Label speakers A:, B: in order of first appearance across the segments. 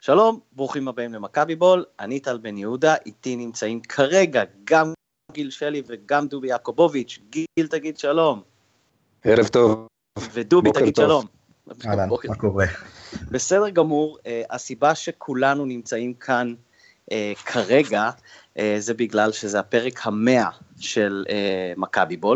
A: שלום, ברוכים הבאים למכבי בול, אני טל בן יהודה, איתי נמצאים כרגע גם גיל שלי וגם דובי יעקובוביץ'. גיל תגיד שלום.
B: ערב טוב.
A: ודובי תגיד
B: טוב.
A: שלום.
C: אהלן, מה קורה?
A: בסדר גמור, הסיבה שכולנו נמצאים כאן כרגע, זה בגלל שזה הפרק 100 של מכבי בול,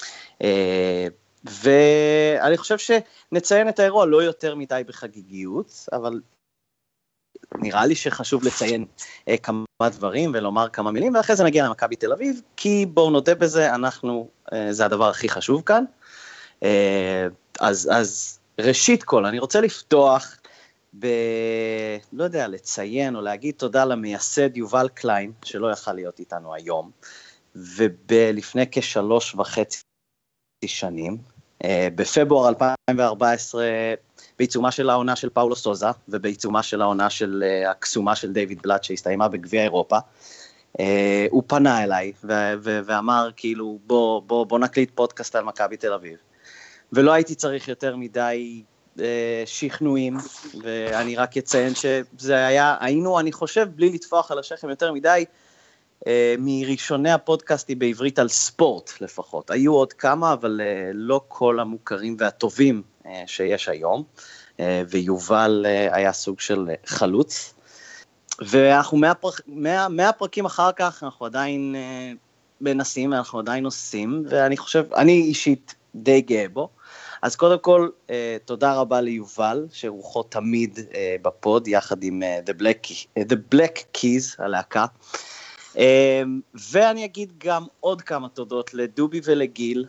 A: ואני חושב שנציין את האירוע לא יותר מדי בחגיגיות, אבל נראה לי שחשוב לציין כמה דברים ולומר כמה מילים, ואחרי זה נגיע למכבי תל אביב, כי בואו נודה בזה, זה הדבר הכי חשוב כאן. אז ראשית כל, אני רוצה לפתוח לא יודע, לציין או להגיד תודה למייסד יובל קליין, שלא יכל להיות איתנו היום, ולפני כ3.5 שנים, בפברואר 2014, בעיצומה של העונה של פאולו סוזה, ובעיצומה של העונה של הקסומה של דיוויד בלאט, שהסתיימה בגביע אירופה, הוא פנה אליי, ואמר כאילו, בוא נקליט פודקאסט על מכבי תל אביב. ולא הייתי צריך יותר מדי שכנועים, ואני רק אציין שזה היינו, אני חושב, בלי לטפוח על השכם יותר מדי, מראשוני הפודקאסטים בעברית על ספורט לפחות. היו עוד כמה, אבל לא כל המוכרים והטובים שיש היום, ויובל היה סוג של חלוץ. ואנחנו 100 פרקים אחר כך, אנחנו עדיין מנסים, אנחנו עדיין עושים, ואני חושב, אני אישית די גאה בו. אז קודם כל, תודה רבה ליובל, שרוחו תמיד בפוד, יחד עם The Black Keys, הלהקה. ואני אגיד גם עוד כמה תודות לדובי ולגיל,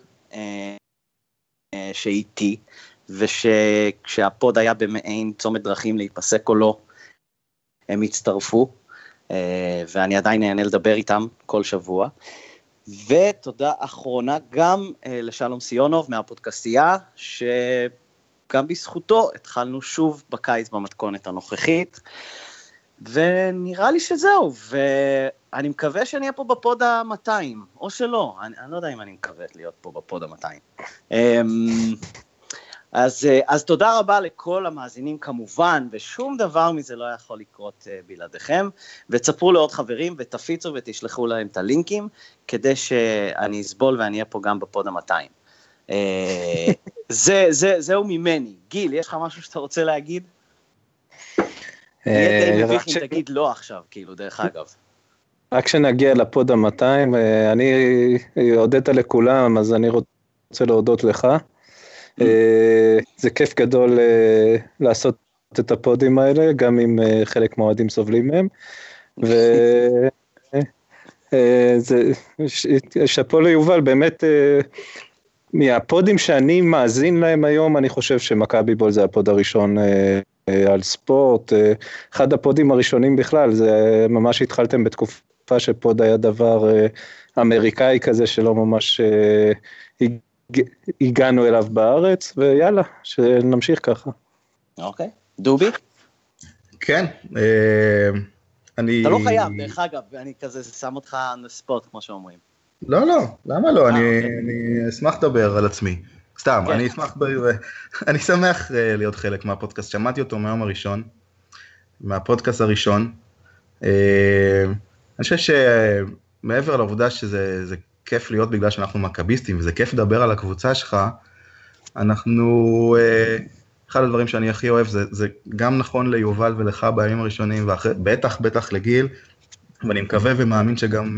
A: שאיתי, ושכשהפוד היה במעין צומת דרכים להיפסק או לא, הם הצטרפו, ואני עדיין נהנה לדבר איתם כל שבוע. ותודה אחרונה גם לשלום סיונוב מהפודקאסטייה, שגם בזכותו התחלנו שוב בקיץ במתכונת הנוכחית, ונראה לי שזהו, ואני מקווה שאני אהיה פה בפוד ה-200, או שלא, אני לא יודע אם אני מקווה להיות פה בפוד ה-200. אז תודה רבה לכל המאזינים כמובן, ושום דבר מזה לא יכול לקרות בלעדיכם, וצפרו לעוד חברים, ותפיצו ותשלחו להם את הלינקים, כדי שאני אסבול ואני אהיה פה גם בפוד ה-200. זהו ממני. גיל, יש לך משהו שאתה רוצה להגיד? יהיה די מביך אם תגיד לא עכשיו, כאילו, דרך אגב.
B: רק שנגיע לפוד ה-200, אני הודית לכולם, אז אני רוצה להודות לך. זה כיף גדול לעשות את הפודים האלה, גם אם חלק מהאוהדים סובלים מהם, ושאפו ליובל, באמת מהפודים שאני מאזין להם היום, אני חושב שמכבי בול זה הפוד הראשון על ספורט, אחד הפודים הראשונים בכלל, זה ממש התחלתם בתקופה שפוד היה דבר אמריקאי כזה שלא ממש הגענו אליו בארץ, ויאללה, שנמשיך ככה.
A: אוקיי, דובי?
C: כן, אני...
A: אתה לא חייב, דרך אגב, אני כזה שם אותך ספוט, כמו שאומרים.
C: לא, למה לא? אני אשמח לדבר על עצמי. סתם, אני אשמח, אני שמח להיות חלק מהפודקאסט, שמעתי אותו מהיום הראשון, מהפודקאסט הראשון. אני חושב שמעבר לעובדה שזה כיף להיות בגלל שאנחנו מכביסטים, וזה כיף לדבר על הקבוצה שלך, אחד הדברים שאני הכי אוהב, זה גם נכון ליובל ולך בימים הראשונים, בטח לגיל, ואני מקווה ומאמין שגם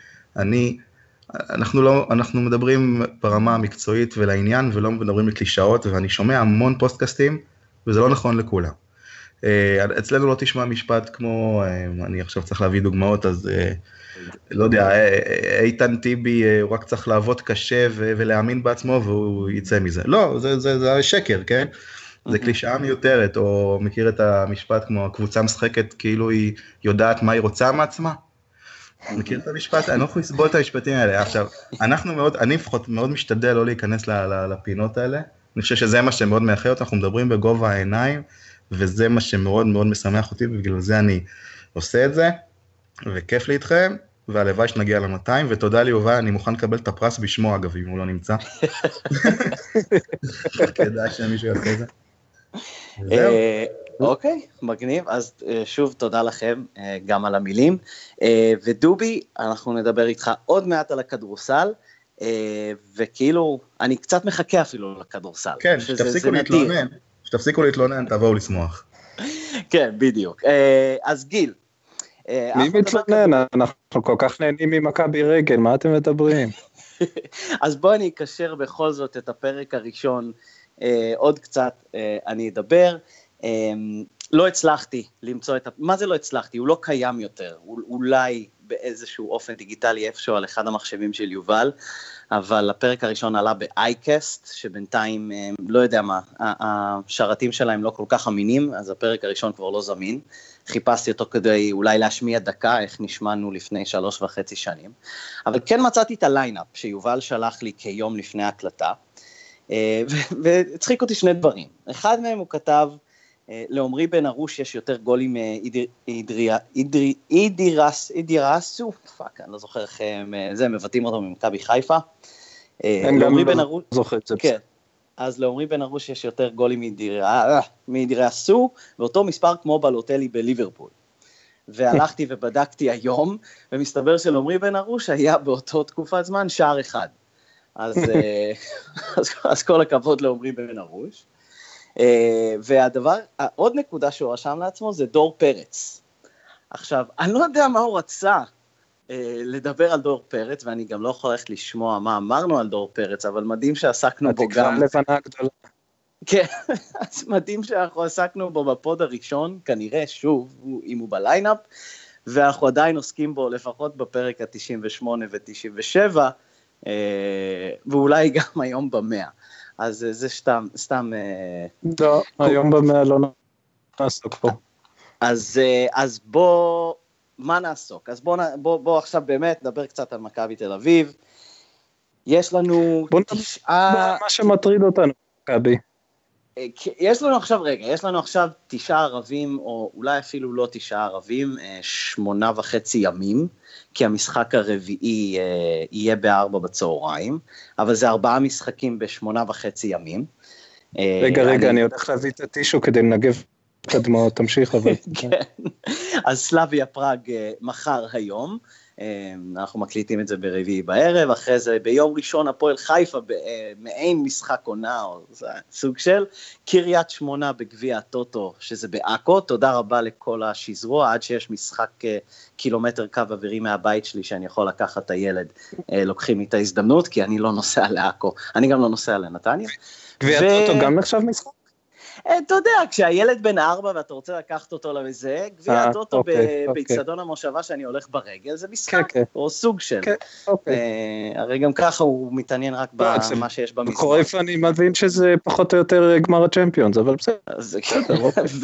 C: אנחנו מדברים ברמה המקצועית ולעניין, ולא מדברים לקלישאות, ואני שומע המון פודקאסטים, וזה לא נכון לכולם. אצלנו לא תשמע משפט כמו, אני עכשיו צריך להביא דוגמאות, אז לא יודע, איתן טיבי, הוא רק צריך לעבוד קשה ולהאמין בעצמו, והוא יצא מזה. לא, זה שקר, כן? זה קלישאה מיותרת, או מכיר את המשפט כמו, הקבוצה משחקת כאילו היא יודעת מה היא רוצה מעצמה? מכיר את המשפט? אני לא יכול לסבול את המשפטים האלה. עכשיו, אני לפחות מאוד משתדל לא להיכנס לפינות האלה, אני חושב שזה מה שמאוד מאחד אותנו, אנחנו מדברים בגובה העיניים, וזה מה שמאוד מאוד משמח אותי, ובגלל זה אני עושה את זה, וכיף לי איתכם, והלוואי שנגיע ל-200, ותודה ליובל, אני מוכן לקבל את הפרס בשמו, אגב, אם הוא לא נמצא. כדאי שמישהו יעשה את זה.
A: אוקיי, מגניב, אז שוב תודה לכם גם על המילים, ודובי, אנחנו נדבר איתך עוד מעט על הכדורסל, וכאילו, אני קצת מחכה אפילו לכדורסל.
C: כן, שתפסיקו להתלונן, תבואו לשמוח.
A: כן, בדיוק. אז גיל.
B: מי מתלונן? אנחנו כל כך נהנים ממכבי רגל, מה אתם מדברים?
A: אז בוא אני אקשר בכל זאת את הפרק הראשון, עוד קצת אני אדבר. לא הצלחתי למצוא מה זה לא הצלחתי? הוא לא קיים יותר, אולי באיזשהו אופן דיגיטלי איפשהו על אחד המחשבים של יובל, אבל הפרק הראשון עלה ב-iCast, שבינתיים לא יודע מה, השרתים שלהם לא כל כך אמינים, אז הפרק הראשון כבר לא זמין, חיפשתי אותו כדי אולי להשמיע דקה, איך נשמענו לפני 3.5 שנים, אבל כן מצאתי את הליינאפ שיובל שלח לי כיום לפני ההקלטה, והצחיק אותי שני דברים, אחד מהם הוא כתב, לעומרי בן ארוש יש יותר גולים אידירסו, פאק, אני לא זוכר איך זה, מבטאים אותו ממכבי חיפה.
B: הם גם לא זוכר את זה.
A: כן, אז לעומרי בן ארוש יש יותר גולים מאידירסו, ואותו מספר כמו בלוטלי בליברפול. והלכתי ובדקתי היום, ומסתבר שלעומרי בן ארוש היה באותו תקופת זמן שער אחד. אז כל הכבוד לעומרי בן ארוש. והדבר, עוד נקודה שהוא רשם לעצמו זה דור פרץ. עכשיו, אני לא יודע מה הוא רצה לדבר על דור פרץ, ואני גם לא יכול ללכת לשמוע מה אמרנו על דור פרץ, אבל מדהים שעסקנו בו גם.
B: התקווה לבנה גדולה.
A: כן, אז מדהים שאנחנו עסקנו בו בפוד הראשון, כנראה שוב, אם הוא בליינאפ, ואנחנו עדיין עוסקים בו לפחות בפרק ה-98 ו-97, ואולי גם היום ב-100. אז זה סתם...
B: לא, היום במאה לא נעסוק פה.
A: אז בוא, מה נעסוק? אז בוא עכשיו באמת נדבר קצת על מכבי תל אביב. יש לנו 9...
B: מה שמטריד אותנו, מכבי.
A: יש לנו עכשיו 9 ערבים, או אולי אפילו לא 9 ערבים, 8.5 ימים, כי המשחק הרביעי יהיה ב-4 בצהריים, אבל זה 4 משחקים ב8.5 ימים.
B: רגע, אני הולך להביא את הטישו כדי לנגב את הדמעות, תמשיך אבל.
A: כן, אז סלאביה פראג מחר היום, אנחנו מקליטים את זה ברביעי בערב, אחרי זה ביום ראשון הפועל חיפה, מעין משחק עונה, או סוג של, קריית שמונה בגביע הטוטו, שזה בעכו, תודה רבה לכל השזרוע, עד שיש משחק קילומטר קו אווירי מהבית שלי, שאני יכול לקחת את הילד, לוקחים לי את ההזדמנות, כי אני לא נוסע לעכו, אני גם לא נוסע לנתניה.
B: גביע הטוטו גם נחשב משחק?
A: אתה יודע, כשהילד בן 4 ואתה רוצה לקחת אותו לזה, גביע הטוטו באצטדיון המושבה שאני הולך ברגל, זה משחק, או סוג של. הרי גם ככה הוא מתעניין רק במה שיש במשחק.
B: בקורף אני מבין שזה פחות או יותר גמר הצ'מפיונס, אבל בסדר.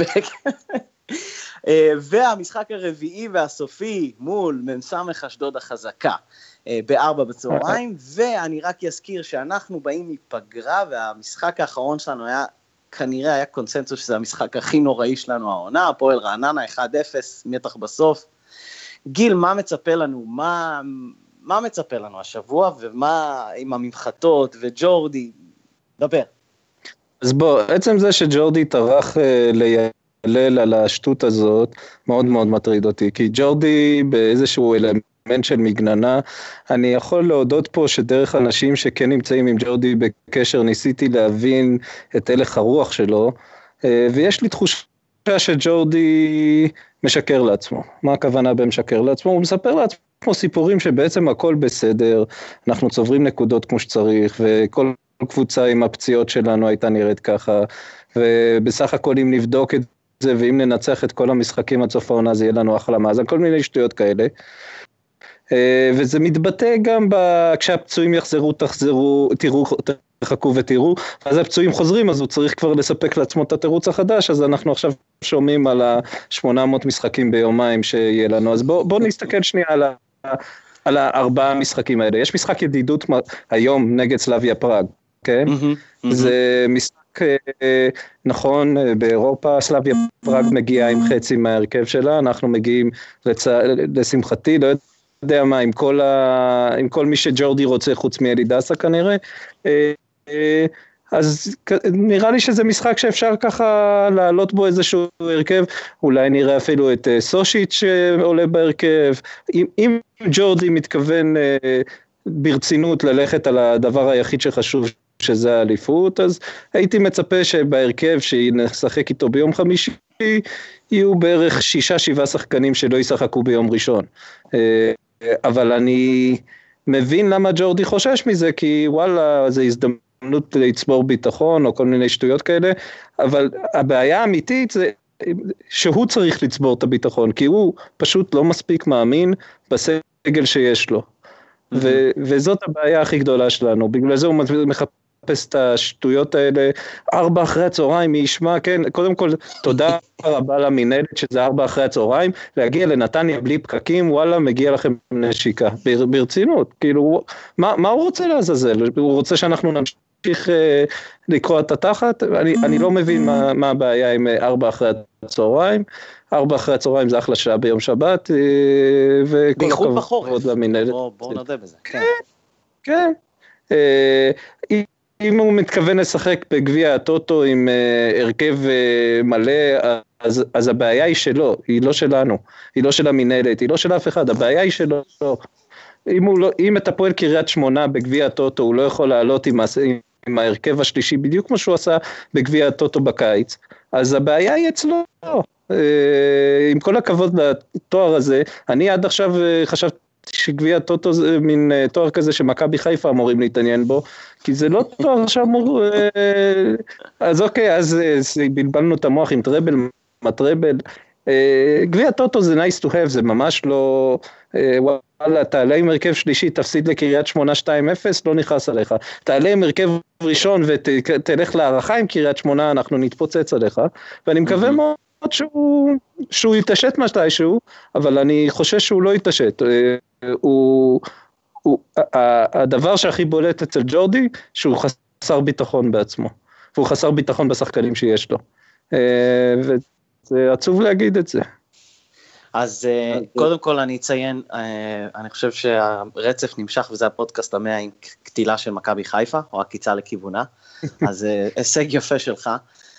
A: והמשחק הרביעי והסופי מול מ"ס אשדוד החזקה, ב4 בצהריים, ואני רק אזכיר שאנחנו באים מפגרה, והמשחק האחרון שלנו כנראה היה קונסנזוס שזה המשחק הכי נוראי שלנו העונה, הפועל רעננה 1-0, מתח בסוף. גיל, מה מצפה לנו? מה מצפה לנו השבוע, ומה עם הממחטות וג'ורדי? דבר.
B: אז בוא, עצם זה שג'ורדי טרח לילל על השטות הזאת, מאוד מאוד מטריד אותי, כי ג'ורדי באיזשהו אלמנט של מגננה, אני יכול להודות פה שדרך אנשים שכן נמצאים עם ג'ורדי בקשר, ניסיתי להבין את הלך הרוח שלו, ויש לי תחושה שג'ורדי משקר לעצמו. מה הכוונה במשקר לעצמו? הוא מספר לעצמו סיפורים שבעצם הכל בסדר, אנחנו צוברים נקודות כמו שצריך, וכל קבוצה עם הפציעות שלנו הייתה נראית ככה, ובסך הכל אם נבדוק את זה, ואם ננצח את כל המשחקים עד סוף העונה, זה יהיה לנו אחלה מאזן, כל מיני שטויות כאלה. וזה מתבטא גם כשהפצועים יחזרו, תחכו ותראו, אז הפצועים חוזרים, אז הוא צריך כבר לספק לעצמו את התירוץ החדש, אז אנחנו עכשיו שומעים על 800 משחקים ביומיים שיהיה לנו, אז בוא נסתכל שנייה על 4 המשחקים האלה. יש משחק ידידות היום נגד סלאביה פראג, כן? זה משחק נכון, באירופה סלאביה פראג מגיעה עם חצי מההרכב שלה, אנחנו מגיעים לשמחתי, לא יודע מה, עם כל מי שג'ורדי רוצה חוץ מאלי דסה כנראה, אז נראה לי שזה משחק שאפשר ככה לעלות בו איזשהו הרכב, אולי נראה אפילו את סושיץ' שעולה בהרכב, אם ג'ורדי מתכוון ברצינות ללכת על הדבר היחיד שחשוב שזה האליפות, אז הייתי מצפה שבהרכב שנשחק איתו ביום חמישי, יהיו בערך 6-7 שחקנים שלא ישחקו ביום ראשון, אבל אני מבין למה ג'ורדי חושש מזה, כי וואלה זה הזדמנות לצבור ביטחון או כל מיני שטויות כאלה, אבל הבעיה האמיתית זה שהוא צריך לצבור את הביטחון, כי הוא פשוט לא מספיק מאמין בסגל שיש לו, וזאת הבעיה הכי גדולה שלנו, בגלל זה הוא מחפש את השטויות האלה, 4 אחרי הצהריים, מי ישמע, כן, קודם כל תודה רבה למנהלת שזה 4 אחרי הצהריים, להגיע לנתניה בלי פקקים, וואלה מגיע לכם נשיקה, ברצינות, כאילו, מה הוא רוצה לעזאזל? הוא רוצה שאנחנו נמשיך לקרוא את התחת? אני לא מבין מה הבעיה עם 4 אחרי הצהריים, 4 אחרי הצהריים זה אחלה שעה ביום שבת,
A: בייחוד בחורף, בואו נודה בזה.
B: כן. אם הוא מתכוון לשחק בגביע הטוטו עם הרכב מלא, אז הבעיה היא שלו, היא לא שלנו, היא לא של המנהלת, היא לא של אף אחד, הבעיה היא שלו. אם את הפועל קריית שמונה בגביע הטוטו, הוא לא יכול לעלות עם ההרכב השלישי, בדיוק כמו שהוא עשה בגביע הטוטו בקיץ, אז הבעיה היא אצלו. עם כל הכבוד לתואר הזה, אני עד עכשיו חשבתי שגביע טוטו זה מין תואר כזה שמכבי חיפה אמורים להתעניין בו, כי זה לא תואר שאמור, אז אוקיי, אז בלבלנו את המוח עם טראבל, מטראבל, גביע טוטו זה nice to have, זה ממש לא, וואלה, תעלה עם הרכב שלישי, תפסיד לקריית שמונה 2-0, לא נכנס עליך, תעלה עם הרכב ראשון ותלך להערכה עם קריית שמונה, אנחנו נתפוצץ עליך, ואני מקווה מאוד, שהוא יתעשת משהו, אבל אני חושש שהוא לא יתעשת. הדבר שהכי בולט אצל ג'ורדי, שהוא חסר ביטחון בעצמו, והוא חסר ביטחון בשחקנים שיש לו. וזה עצוב להגיד את זה.
A: אז קודם כל אני אציין, אני חושב שהרצף נמשך, וזה הפודקאסט 100 עם קטילה של מכבי חיפה, או הקיצה לכיוונה, אז הישג יפה שלך.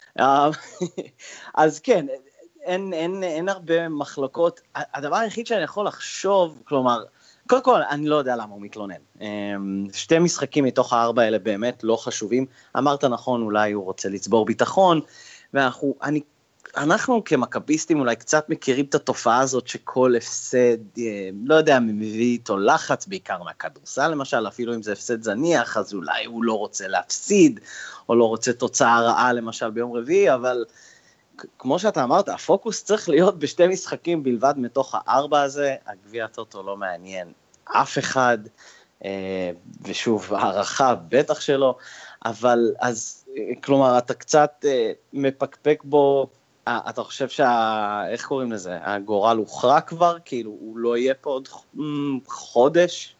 A: אז כן, אין הרבה מחלוקות, הדבר היחיד שאני יכול לחשוב, כלומר, קודם כל, אני לא יודע למה הוא מתלונן, 2 משחקים מתוך 4 האלה באמת לא חשובים, אמרת נכון, אולי הוא רוצה לצבור ביטחון, ואנחנו כמכביסטים אולי קצת מכירים את התופעה הזאת, שכל הפסד, לא יודע, מביא איתו לחץ, בעיקר מהכדורסל למשל, אפילו אם זה הפסד זניח, אז אולי הוא לא רוצה להפסיד, או לא רוצה תוצאה רעה למשל ביום רביעי, אבל כמו שאתה אמרת, הפוקוס צריך להיות ב2 משחקים בלבד מתוך 4 הזה, הגביע הטוטו לא מעניין אף אחד, ושוב, הערכה בטח שלא, אבל אז, כלומר, אתה קצת מפקפק בו, אתה חושב איך קוראים לזה, הגורל הוכרע כבר, כאילו הוא לא יהיה פה עוד חודש?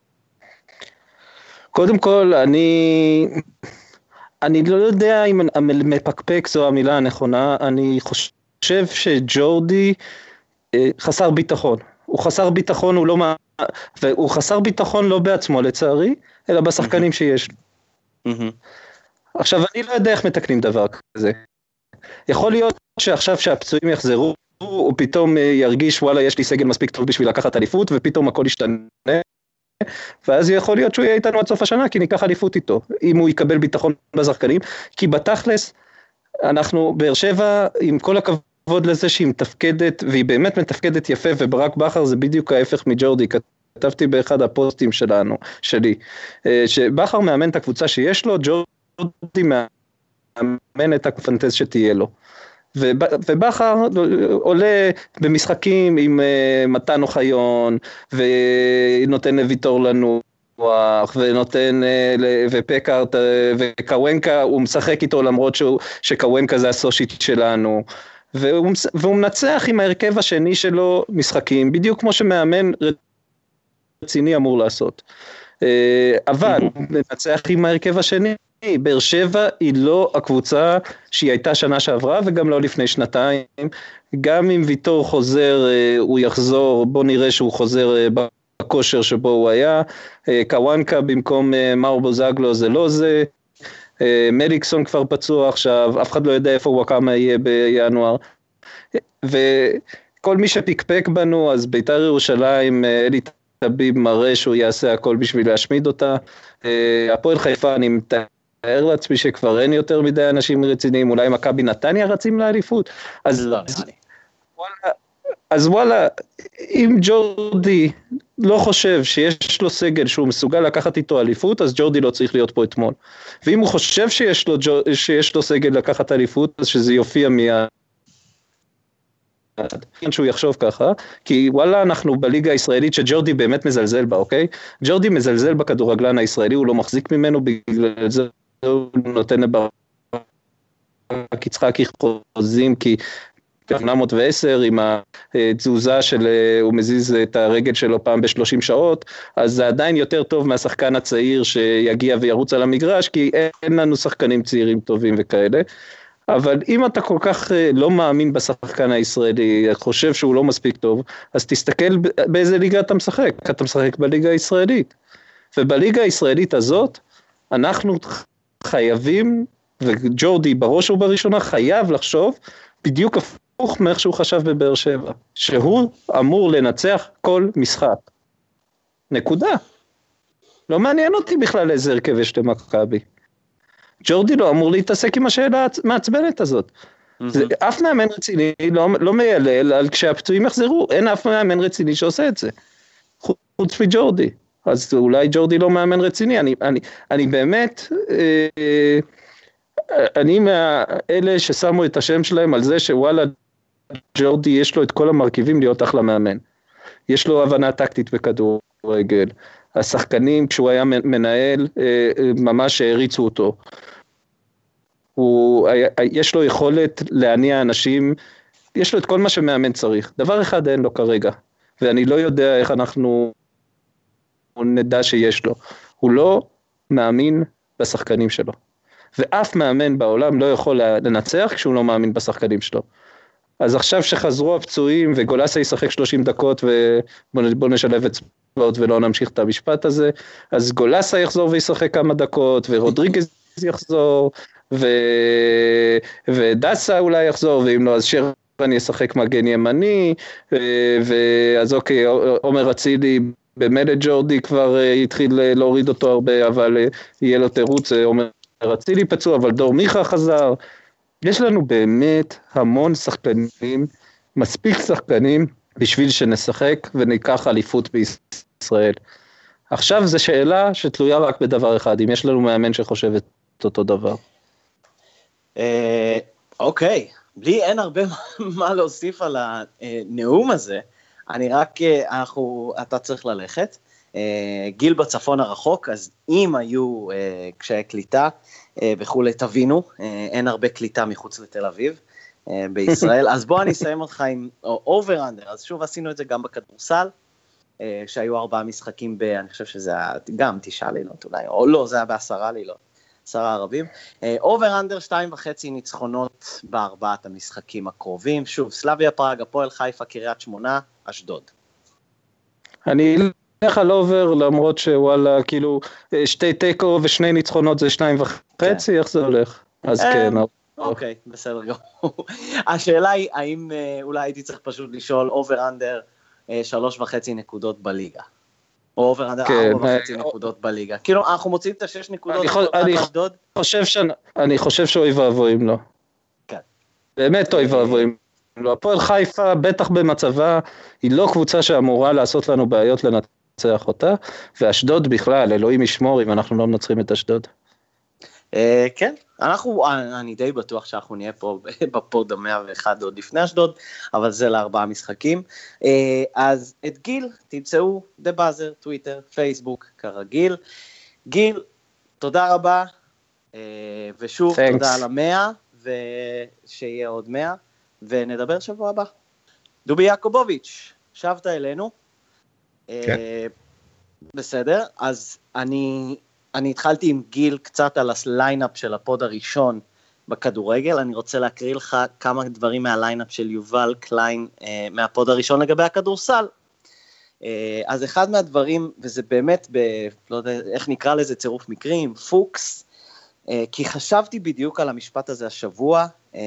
B: קודם כל, אני לא יודע אם מפקפק זו המילה הנכונה, אני חושב שג'ורדי חסר ביטחון, הוא חסר ביטחון, והוא חסר ביטחון לא בעצמו לצערי, אלא בשחקנים שיש לו. עכשיו אני לא יודע איך מתקנים דבר כזה, יכול להיות שעכשיו שהפצועים יחזרו, הוא פתאום ירגיש וואלה יש לי סגל מספיק טוב בשביל לקחת אליפות, ופתאום הכל ישתנה, ואז יכול להיות שהוא יהיה איתנו עד סוף השנה, כי ניקח אליפות איתו, אם הוא יקבל ביטחון בשחקנים, כי בתכלס, אנחנו באר שבע, עם כל הכבוד לזה שהיא מתפקדת, והיא באמת מתפקדת יפה, וברק בכר זה בדיוק ההפך מג'ורדי, כתבתי באחד הפוסטים שלי, שבכר מאמן את הקבוצה שיש לו, ג'ורדי מאמן את הפנטז שתהיה לו. ובכר עולה במשחקים עם מתן אוחיון, ונותן לויטור לנוח, ונותן ופקארט, וקוונקה, הוא משחק איתו למרות שקוונקה זה הסושיט שלנו, והוא מנצח עם ההרכב השני שלו משחקים, בדיוק כמו שמאמן רציני אמור לעשות. אבל מנצח עם ההרכב השני, באר שבע היא לא הקבוצה שהיא הייתה שנה שעברה וגם לא לפני שנתיים, גם אם ויטור חוזר הוא יחזור, בוא נראה שהוא חוזר בכושר שבו הוא היה, קוואנקה במקום מאור בוזגלו זה לא זה, מליקסון כבר פצוע עכשיו, אף אחד לא יודע איפה וואקמה יהיה בינואר, וכל מי שפיקפק בנו, אז בית"ר ירושלים, אלי טביב מראה שהוא יעשה הכל בשביל להשמיד אותה, הפועל חיפה אני מתאר לעצמי שכבר אין יותר מדי אנשים רציניים, אולי מכבי נתניה רצים לאליפות, אז וואלה, אם ג'ורדי לא חושב שיש לו סגל שהוא מסוגל לקחת איתו אליפות, אז ג'ורדי לא צריך להיות פה אתמול. ואם הוא חושב שיש לו סגל לקחת אליפות, אז שזה יופיע מיד. שהוא יחשוב ככה, כי וואלה אנחנו בליגה הישראלית שג'ורדי באמת מזלזל בה, אוקיי? ג'ורדי מזלזל בכדורגלן הישראלי, הוא לא מחזיק ממנו, בגלל זה הוא נותן לברק יצחקי חוזים, כי 810 עם התזוזה של, הוא מזיז את הרגל שלו פעם ב-30 שעות, אז זה עדיין יותר טוב מהשחקן הצעיר שיגיע וירוץ על המגרש, כי אין לנו שחקנים צעירים טובים וכאלה, אבל אם אתה כל כך לא מאמין בשחקן הישראלי, חושב שהוא לא מספיק טוב, אז תסתכל באיזה ליגה אתה משחק, אתה משחק בליגה הישראלית, ובליגה הישראלית הזאת, אנחנו חייבים, וג'ורדי בראש ובראשונה חייב לחשוב, בדיוק הפוך מאיך שהוא חשב בבאר שבע, שהוא אמור לנצח כל משחק. נקודה. לא מעניין אותי בכלל איזה הרכב יש למכבי. ג'ורדי לא אמור להתעסק עם השאלה המעצבנת הזאת. אף מאמן רציני לא מיילל על כשהפצועים יחזרו, אין אף מאמן רציני שעושה את זה. חוץ מג'ורדי. אז אולי ג'ורדי לא מאמן רציני. אני באמת... אני מאלה ששמו את השם שלהם על זה שוואלה ג'ורדי יש לו את כל המרכיבים להיות אחלה מאמן. יש לו הבנה טקטית בכדורגל. השחקנים כשהוא היה מנהל ממש הריצו אותו. יש לו יכולת להניע אנשים, יש לו את כל מה שמאמן צריך. דבר אחד אין לו כרגע, ואני לא יודע איך אנחנו נדע שיש לו. הוא לא מאמין בשחקנים שלו. ואף מאמן בעולם לא יכול לנצח כשהוא לא מאמין בשחקנים שלו. אז עכשיו שחזרו הפצועים וגולסה ישחק 30 דקות ובוא נשלב אצבעות ולא נמשיך את המשפט הזה, אז גולסה יחזור וישחק כמה דקות ורודריגז יחזור ודסה אולי יחזור, ואם לא אז שרן ישחק מגן ימני, ואז אוקיי, עומר אצילי במילא ג'ורדי כבר התחיל להוריד אותו הרבה, אבל יהיה לו תירוץ, עומר אצילי פצוע, אבל דור מיכה חזר. יש לנו באמת המון שחקנים, מספיק שחקנים, בשביל שנשחק וניקח אליפות בישראל. עכשיו זו שאלה שתלויה רק בדבר אחד, אם יש לנו מאמן שחושב את אותו דבר.
A: אוקיי, לי אין הרבה מה להוסיף על הנאום הזה, אני רק, אתה צריך ללכת, גיל בצפון הרחוק, אז אם היו קשיי קליטה וכולי, תבינו, אין הרבה קליטה מחוץ לתל אביב בישראל, אז בוא אני אסיים אותך עם אובר אנדר, אז שוב עשינו את זה גם בכדורסל, שהיו 4 משחקים אני חושב שזה גם 9 לילות אולי, או לא, זה היה ב10 לילות, 10 ערבים, אובר אנדר 2.5 ניצחונות ב4 המשחקים הקרובים, שוב, סלאביה פראג, הפועל חיפה, קריית שמונה, אשדוד.
B: אני איך על אובר, למרות שוואלה, כאילו, 2 תיקו ו2 ניצחונות זה 2.5, איך זה הולך? אז כן.
A: אוקיי, בסדר גמור. השאלה היא, האם אולי הייתי צריך פשוט לשאול אובר אנדר 3.5 נקודות בליגה? או אובר אנדר 4.5 נקודות בליגה. כאילו, אנחנו מוצאים את 6 נקודות באשדוד?
B: אני חושב שאוי ואבוים לא.
A: כן.
B: באמת אוי ואבוים לא. הפועל חיפה, בטח במצבה, היא לא קבוצה שאמורה לעשות לנו בעיות לנצח אותה, ואשדוד בכלל, אלוהים ישמור אם אנחנו לא מנצחים את אשדוד.
A: כן, אני די בטוח שאנחנו נהיה פה בפוד 101 עוד לפני אשדוד, אבל זה ל4 משחקים. אז את גיל תמצאו דבאזר, טוויטר, פייסבוק, כרגיל. גיל, תודה רבה, ושוב תודה על 100, ושיהיה עוד 100, ונדבר שבוע הבא. דובי יעקובוביץ', שבת אלינו.
C: כן.
A: בסדר, אז אני התחלתי עם גיל קצת על הליינאפ של הפוד הראשון בכדורגל, אני רוצה להקריא לך כמה דברים מהליינאפ של יובל קליין מהפוד הראשון לגבי הכדורסל. אז אחד מהדברים, וזה באמת, לא יודע איך נקרא לזה צירוף מקרים, פוקס, כי חשבתי בדיוק על המשפט הזה השבוע,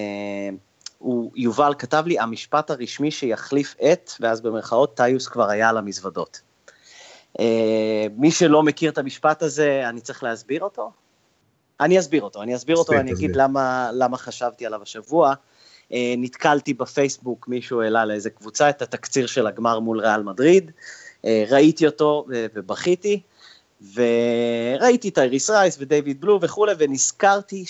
A: יובל כתב לי, המשפט הרשמי שיחליף ואז במרכאות טיוס כבר היה על המזוודות. מי שלא מכיר את המשפט הזה, אני צריך להסביר אותו? אני אסביר אותו, אני אגיד למה חשבתי עליו השבוע. נתקלתי בפייסבוק, מישהו העלה לאיזה קבוצה את התקציר של הגמר מול ריאל מדריד, ראיתי אותו ובכיתי, וראיתי את אייריס רייס ודייוויד בלו וכו', ונזכרתי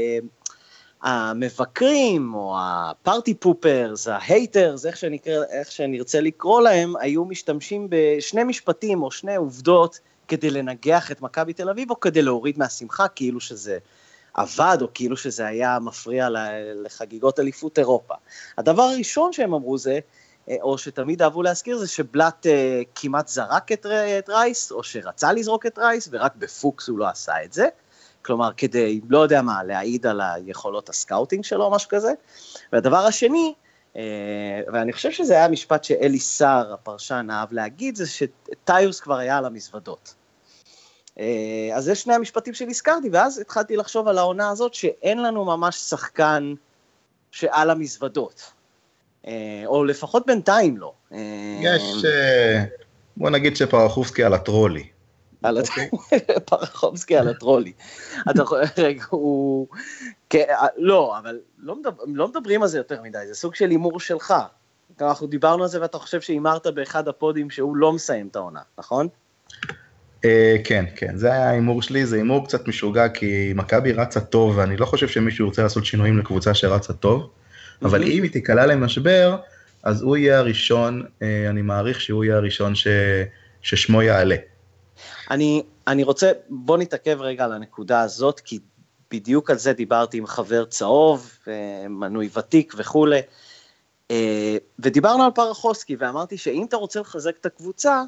A: שהמבקרים, או הפארטי פופרס, ההייטרס, איך שנרצה לקרוא להם, היו משתמשים בשני משפטים או שני עובדות, כדי לנגח את מכבי תל אביב, או כדי להוריד מהשמחה, כאילו שזה עבד, או כאילו שזה היה מפריע לחגיגות אליפות אירופה. הדבר הראשון שהם אמרו זה, או שתמיד אהבו להזכיר, זה שבלט כמעט זרק את רייס, או שרצה לזרוק את רייס, ורק בפוקס הוא לא עשה את זה, כלומר, כדי, לא יודע מה, להעיד על היכולות הסקאוטינג שלו, או משהו כזה. והדבר השני, ואני חושב שזה היה המשפט שאלי סער, הפרשן, אהב להגיד, זה שטיוס כבר היה על המזוודות. אז זה שני המשפטים שנזכרתי, ואז התחלתי לחשוב על העונה הזאת, שאין לנו ממש שחקן שעל המזוודות. או לפחות בינתיים לא.
C: יש, בוא נגיד שפרחובסקי על הטרולי.
A: פרחובסקי על הטרולי. רגע, הוא... לא, אבל לא מדברים על זה יותר מדי, זה סוג של אימור שלך. אנחנו דיברנו על זה, ואתה חושב שאימרת באחד הפודים שהוא לא מסיים את העונה, נכון?
C: כן, זה היה האימור שלי, זה אימור קצת משוגע, כי מכבי רצה טוב, ואני לא חושב שמישהו ירצה לעשות שינויים לקבוצה שרצה טוב, אבל אם היא תיקלה למשבר, אז הוא יהיה הראשון, אני מעריך שהוא יהיה הראשון ששמו יעלה.
A: אני רוצה, בוא נתעכב רגע על הנקודה הזאת, כי בדיוק על זה דיברתי עם חבר צהוב, מנוי ותיק וכו', ודיברנו על פרחובסקי, ואמרתי שאם אתה רוצה לחזק את הקבוצה,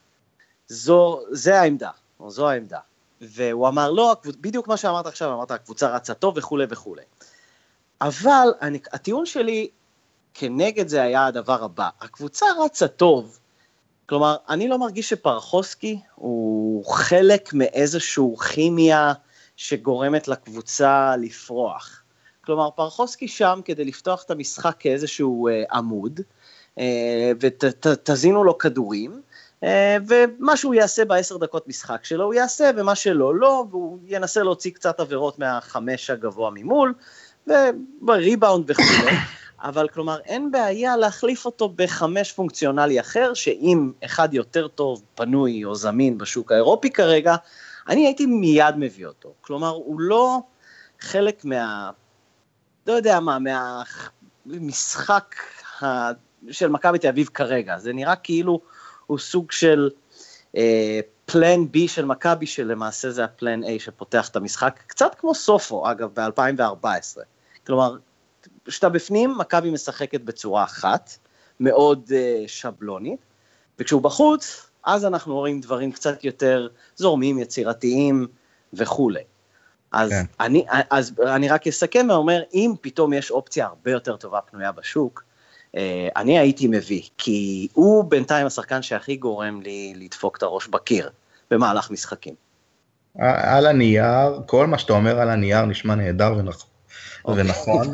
A: זה העמדה, או זו העמדה. והוא אמר, לא, בדיוק מה שאמרת עכשיו, אמרת, הקבוצה רצה טוב וכו' וכו'. אבל הטיעון שלי כנגד זה היה הדבר הבא, הקבוצה רצה טוב, כלומר, אני לא מרגיש שפרחובסקי הוא חלק מאיזשהו כימיה שגורמת לקבוצה לפרוח. כלומר, פרחובסקי שם כדי לפתוח את המשחק כאיזשהו עמוד, ותזינו לו כדורים, ומה שהוא יעשה ב10 דקות משחק שלו, הוא יעשה, ומה שלא, לא, והוא ינסה להוציא קצת עבירות מהחמש הגבוה ממול, ובריבאונד וכו'. אבל כלומר, אין בעיה להחליף אותו בחמש פונקציונלי אחר, שאם אחד יותר טוב, פנוי או זמין בשוק האירופי כרגע, אני הייתי מיד מביא אותו. כלומר, הוא לא חלק לא יודע מה, מהמשחק של מכבי תל אביב כרגע. זה נראה כאילו הוא סוג של פלן B של מכבי, שלמעשה זה הפלן A שפותח את המשחק, קצת כמו סופו, אגב, ב-2014. כלומר, כשאתה בפנים, מכבי משחקת בצורה אחת, מאוד שבלונית, וכשהוא בחוץ, אז אנחנו רואים דברים קצת יותר זורמים, יצירתיים וכו'. אז, כן. אני רק אסכם ואומר, אם פתאום יש אופציה הרבה יותר טובה פנויה בשוק, אני הייתי מביא, כי הוא בינתיים השחקן שהכי גורם לי לדפוק את הראש בקיר, במהלך משחקים.
C: על הנייר, כל מה שאתה אומר על הנייר נשמע נהדר ונכון.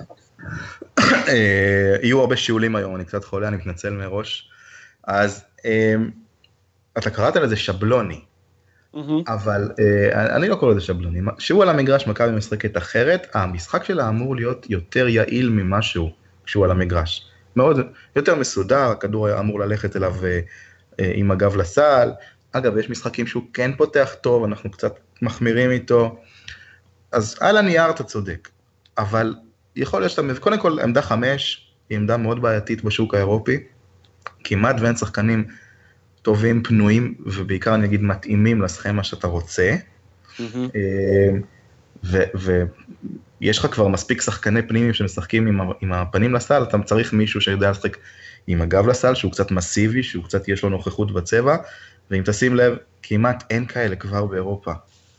C: יהיו הרבה שיעולים היום, אני קצת חולה, אני מתנצל מראש. אז אתה קראת לזה שבלוני, אבל אני לא קורא לזה שבלוני. שהוא על המגרש, מכבי משחקת אחרת, המשחק שלה אמור להיות יותר יעיל ממשהו כשהוא על המגרש. מאוד יותר מסודר, הכדור אמור ללכת אליו עם הגב לסל. אגב, יש משחקים שהוא כן פותח טוב, אנחנו קצת מחמירים איתו. אז על הנייר אתה צודק, אבל יכול להיות שאתה, קודם כל עמדה 5 היא עמדה מאוד בעייתית בשוק האירופי, כמעט ואין שחקנים טובים, פנויים, ובעיקר אני אגיד מתאימים לסכמה שאתה רוצה, ויש לך כבר מספיק שחקני פנימיים שמשחקים עם הפנים לסל, אתה צריך מישהו שיודע לשחק עם הגב לסל, שהוא קצת מסיבי, שהוא קצת יש לו נוכחות בצבע, ואם תשים לב, כמעט אין כאלה כבר באירופה.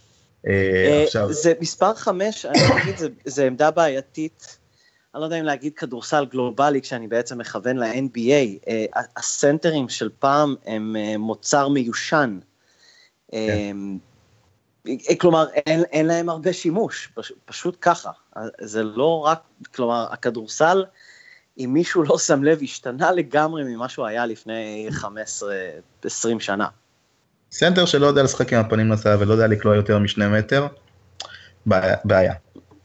A: זה מספר 5, אני אגיד, זה עמדה בעייתית, אני לא יודע אם להגיד כדורסל גלובלי, כשאני בעצם מכוון ל-NBA, הסנטרים של פעם הם מוצר מיושן, כלומר, אין להם הרבה שימוש, פשוט ככה. זה לא רק, כלומר, הכדורסל, אם מישהו לא שם לב, השתנה לגמרי ממה שהוא היה לפני 15-20 שנה.
C: סנטר שלא יודע לשחק עם הפנים לסעה ולא יודע לקלוע יותר מ2 מטר, בעיה.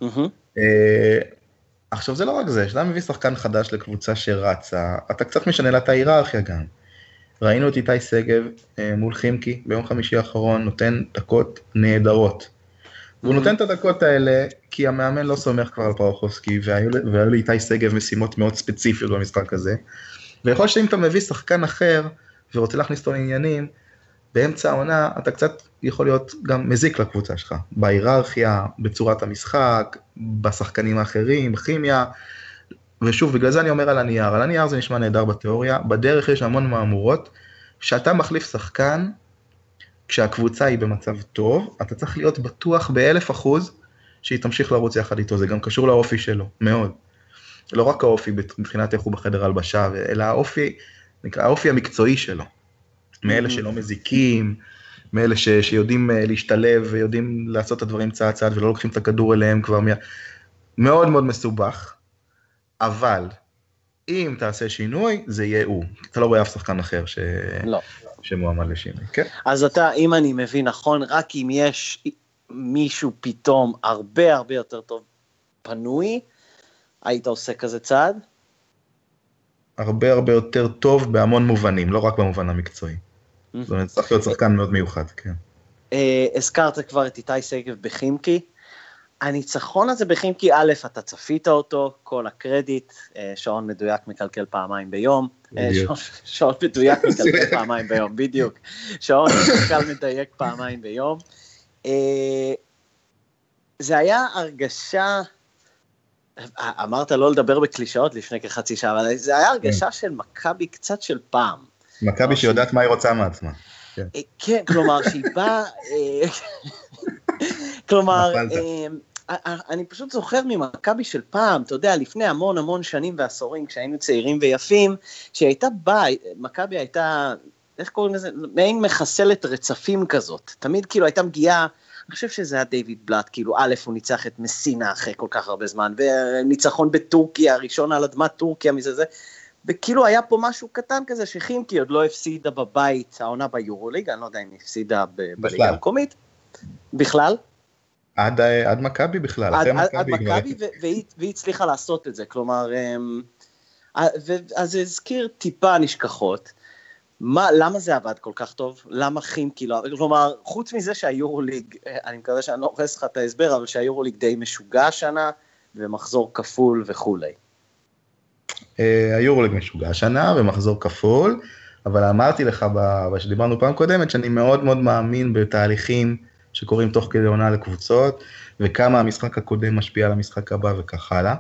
C: עכשיו זה לא רק זה, שאתה מביא שחקן חדש לקבוצה שרצה, אתה קצת משנה לה את ההיררכיה גם. ראינו את איתי סגב מול חימקי ביום חמישי האחרון, נותן דקות נהדרות. והוא נותן את הדקות האלה כי המאמן לא סומך כבר על פרחובסקי, והיו לאיתי סגב משימות מאוד ספציפיות במשחק הזה. ויכול שאם אתה מביא שחקן אחר ורוצה להכניס אותו לעניינים, באמצע העונה אתה קצת יכול להיות גם מזיק לקבוצה שלך, בהיררכיה, בצורת המשחק, בשחקנים האחרים, בכימיה, ושוב, בגלל זה אני אומר על הנייר זה נשמע נהדר בתיאוריה, בדרך יש המון מאמורות, שאתה מחליף שחקן, כשהקבוצה היא במצב טוב, אתה צריך להיות בטוח ב1000% שהיא תמשיך לרוץ יחד איתו, זה גם קשור לאופי שלו, מאוד. לא רק האופי מבחינת איך הוא בחדר הלבשה, אלא האופי המקצועי שלו. מאלה שלא מזיקים, מאלה שיודעים להשתלב ויודעים לעשות את הדברים צעד צעד ולא לוקחים את הכדור אליהם כבר מאוד מאוד מסובך, אבל אם תעשה שינוי, זה יהיה הוא. אתה לא רואה אף שחקן אחר שמועמד לשינוי, כן?
A: אז אתה, אם אני מבין נכון, רק אם יש מישהו פתאום הרבה הרבה יותר טוב פנוי, היית עושה כזה צעד?
C: הרבה הרבה יותר טוב בהמון מובנים, לא רק במובן המקצועי. זאת אומרת, צריך להיות שחקן מאוד מיוחד, כן.
A: הזכרת כבר את איתי סגב בחימקי, הניצחון הזה בחימקי, א', אתה צפית אותו, כל הקרדיט, שעון מדויק מקלקל פעמיים ביום, שעון מדויק מקלקל פעמיים ביום, בדיוק, שעון מדייק פעמיים ביום, זה היה הרגשה, אמרת לא לדבר בקלישאות לפני כחצי שעה, אבל זה היה הרגשה של מכבי קצת של פעם.
C: מכבי שיודעת מה היא רוצה מעצמה.
A: כן, כלומר, שהיא באה, כלומר, אני פשוט זוכר ממכבי של פעם, אתה יודע, לפני המון המון שנים ועשורים, כשהיינו צעירים ויפים, שהייתה באה, מכבי הייתה, איך קוראים לזה? מעין מחסלת רצפים כזאת. תמיד כאילו הייתה מגיעה, אני חושב שזה היה דיוויד בלאט, כאילו א' הוא ניצח את מסינה אחרי כל כך הרבה זמן, וניצחון בטורקיה, הראשון על אדמת טורקיה מזה זה, וכאילו היה פה משהו קטן כזה, שחימקי עוד לא הפסידה בבית, העונה ביורוליג, אני לא יודע אם הפסידה בליגה המקומית, בכלל.
C: עד מכבי בכלל,
A: עד מכבי, והיא הצליחה לעשות את זה, כלומר, אז הזכיר טיפה נשכחות, למה זה עבד כל כך טוב? למה חימקי לא? כלומר, חוץ מזה שהיורוליג, אני מקווה שאני לא הורס לך את ההסבר, אבל שהיורוליג די משוגע השנה, ומחזור כפול וכולי.
C: היורוליג משוגע השנה, ומחזור כפול, אבל אמרתי לך, שדיברנו פעם קודמת, שאני מאוד מאוד מאמין בתהליכים שקורים תוך כדי עונה לקבוצות, וכמה המשחק הקודם משפיע על המשחק הבא וכך הלאה.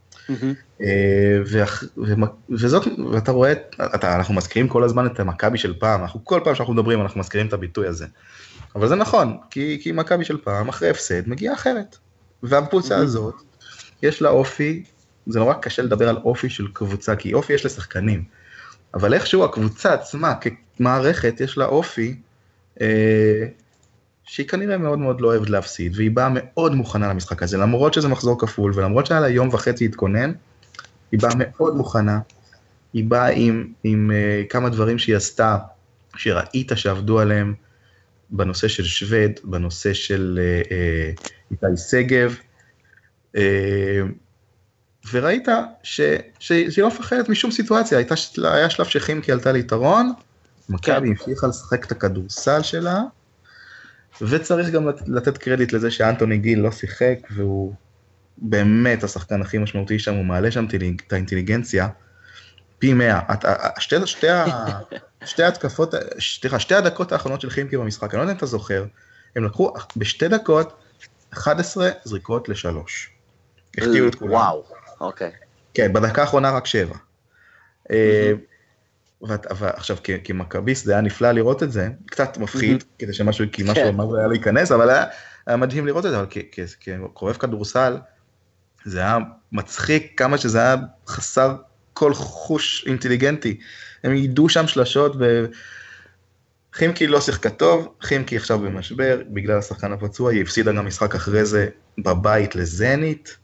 C: וזאת, ואתה רואה, אנחנו מזכירים כל הזמן את המכבי של פעם, כל פעם שאנחנו מדברים אנחנו מזכירים את הביטוי הזה, אבל זה נכון, כי מכבי של פעם אחרי הפסד מגיעה אחרת, והקבוצה הזאת יש לה אופי, זה נורא קשה לדבר על אופי של קבוצה, כי אופי יש לשחקנים, אבל איכשהו הקבוצה עצמה כמערכת יש לה אופי, שהיא כנראה מאוד מאוד לא אוהבת להפסיד, והיא באה מאוד מוכנה למשחק הזה, למרות שזה מחזור כפול, ולמרות שהיה לה יום וחצי להתכונן, היא באה מאוד מוכנה, היא באה עם כמה דברים שהיא עשתה, שראית שעבדו עליהם, בנושא של שווד, בנושא של איתי סגב, וראית שהיא לא מפחדת משום סיטואציה, היה שלב שחימקי עלתה ליתרון, מכבי המשיכה לשחק את הכדורסל שלה, וצריך גם לתת קרדיט לזה שאנטוני גיל לא שיחק, והוא באמת השחקן הכי משמעותי שם, הוא מעלה שם את האינטליגנציה, פי 100. שתי הדקות האחרונות של חימקי במשחק, אני לא יודע אם אתה זוכר, הם לקחו בשתי דקות 11 זריקות ל3. החטיאו את כולם.
A: וואו, אוקיי.
C: כן, בדקה האחרונה רק 7. ועכשיו כמכביסט זה היה נפלא לראות את זה, קצת מפחיד, כדי שמשהו היה להיכנס, אבל היה מדהים לראות את זה, אבל כקורב כדורסל, זה היה מצחיק כמה שזה היה חסר כל חוש אינטליגנטי, הם ידעו שם שלשות, חימקי לא שיחקה טוב, חימקי עכשיו במשבר, בגלל השחקן הפצוע, היא הפסידה גם משחק אחרי זה בבית לזנית,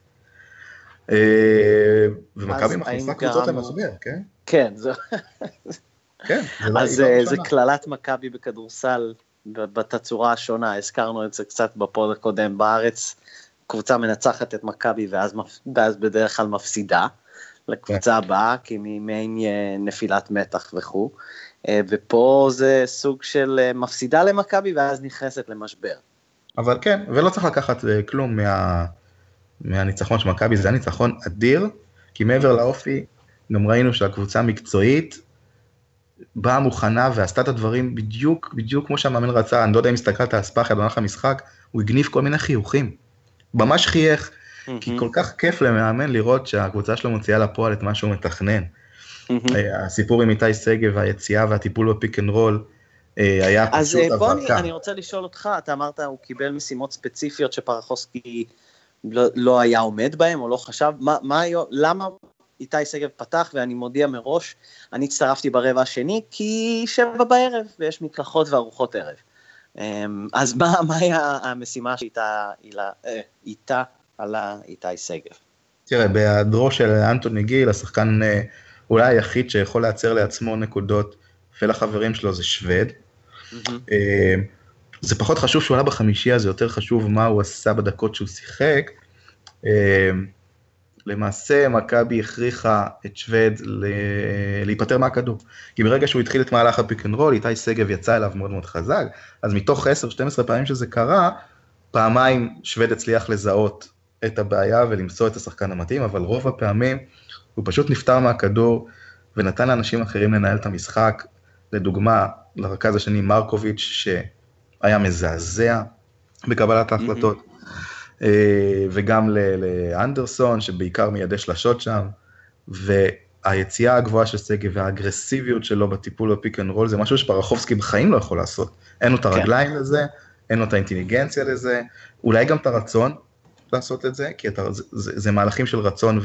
C: ומכבי מכניסה קבוצות למשבר, כן?
A: כן,
C: כן,
A: אז זה כללת מכבי בכדורסל בתצורה השונה, הזכרנו את זה קצת בפוד הקודם בארץ, קבוצה מנצחת את מכבי ואז בדרך כלל מפסידה לקבוצה הבאה, כי ממעין נפילת מתח וכו', ופה זה סוג של מפסידה למכבי ואז נכנסת למשבר.
C: אבל כן, ולא צריך לקחת כלום מהניצחון של מכבי, זה היה ניצחון אדיר, כי מעבר לאופי, גם ראינו שהקבוצה המקצועית באה מוכנה ועשתה את הדברים בדיוק כמו שהמאמן רצה, אני לא יודע אם הסתכלת על הספחד במהלך המשחק, הוא הגניב כל מיני חיוכים, ממש חייך, כי כל כך כיף למאמן לראות שהקבוצה שלו מוציאה לפועל את מה שהוא מתכנן. הסיפור עם איתי שגב, היציאה והטיפול בפיק אנד רול, היה פשוט אבקה.
A: אז בוא, אני רוצה לשאול אותך, אתה אמרת, הוא קיבל משימות ספציפיות שפרחובסקי לא היה עומד בהם, או לא חשב, למה איתי שגב פתח, ואני מודיע מראש, אני הצטרפתי ברבע השני, כי 7 בערב, ויש מקלחות וארוחות ערב. אז מה היה המשימה איתה על איתי שגב?
C: תראה, בהיעדרו של אנטוני גיל, השחקן אולי היחיד שיכול לייצר לעצמו נקודות, ולחברים שלו זה שווד. זה פחות חשוב שהוא עלה בחמישייה, זה יותר חשוב מה הוא עשה בדקות שהוא שיחק. למעשה, מכבי הכריחה את שווד להיפטר מהכדור. כי ברגע שהוא התחיל את מהלך הפיק אנד רול, איתי שגב יצא אליו מאוד מאוד חזק, אז מתוך 10-12 פעמים שזה קרה, פעמיים שווד הצליח לזהות את הבעיה ולמצוא את השחקן המתאים, אבל רוב הפעמים הוא פשוט נפטר מהכדור, ונתן לאנשים אחרים לנהל את המשחק, לדוגמה, לרכז השני מרקוביץ' שהיה מזעזע בקבלת ההחלטות, וגם לאנדרסון שבעיקר מיידי שלשות שם, והיציאה הגבוהה של שגב והאגרסיביות שלו בטיפול בפיק אנד רול, זה משהו שפרחובסקי בחיים לא יכול לעשות, אין לו את הרגליים לזה, אין לו את האינטליגנציה לזה, אולי גם את הרצון לעשות את זה, כי זה מהלכים של רצון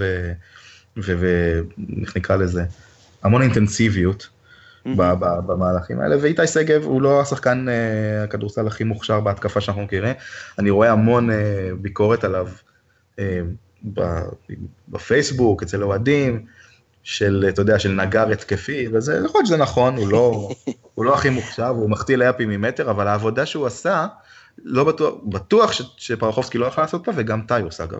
C: ואיך נקרא לזה, המון אינטנסיביות במהלכים האלה, ואיתי שגב הוא לא השחקן הכדורסל הכי מוכשר בהתקפה שאנחנו מכירים, אני רואה המון ביקורת עליו בפייסבוק, אצל אוהדים, של, אתה יודע, של נגר התקפי, וזה, יכול להיות שזה נכון, הוא לא הכי מוכשר, הוא מחטיא לאפי ממטר, אבל העבודה שהוא עשה, לא בטוח שפרחובסקי לא יכול לעשות אותה, וגם טיוס אגב.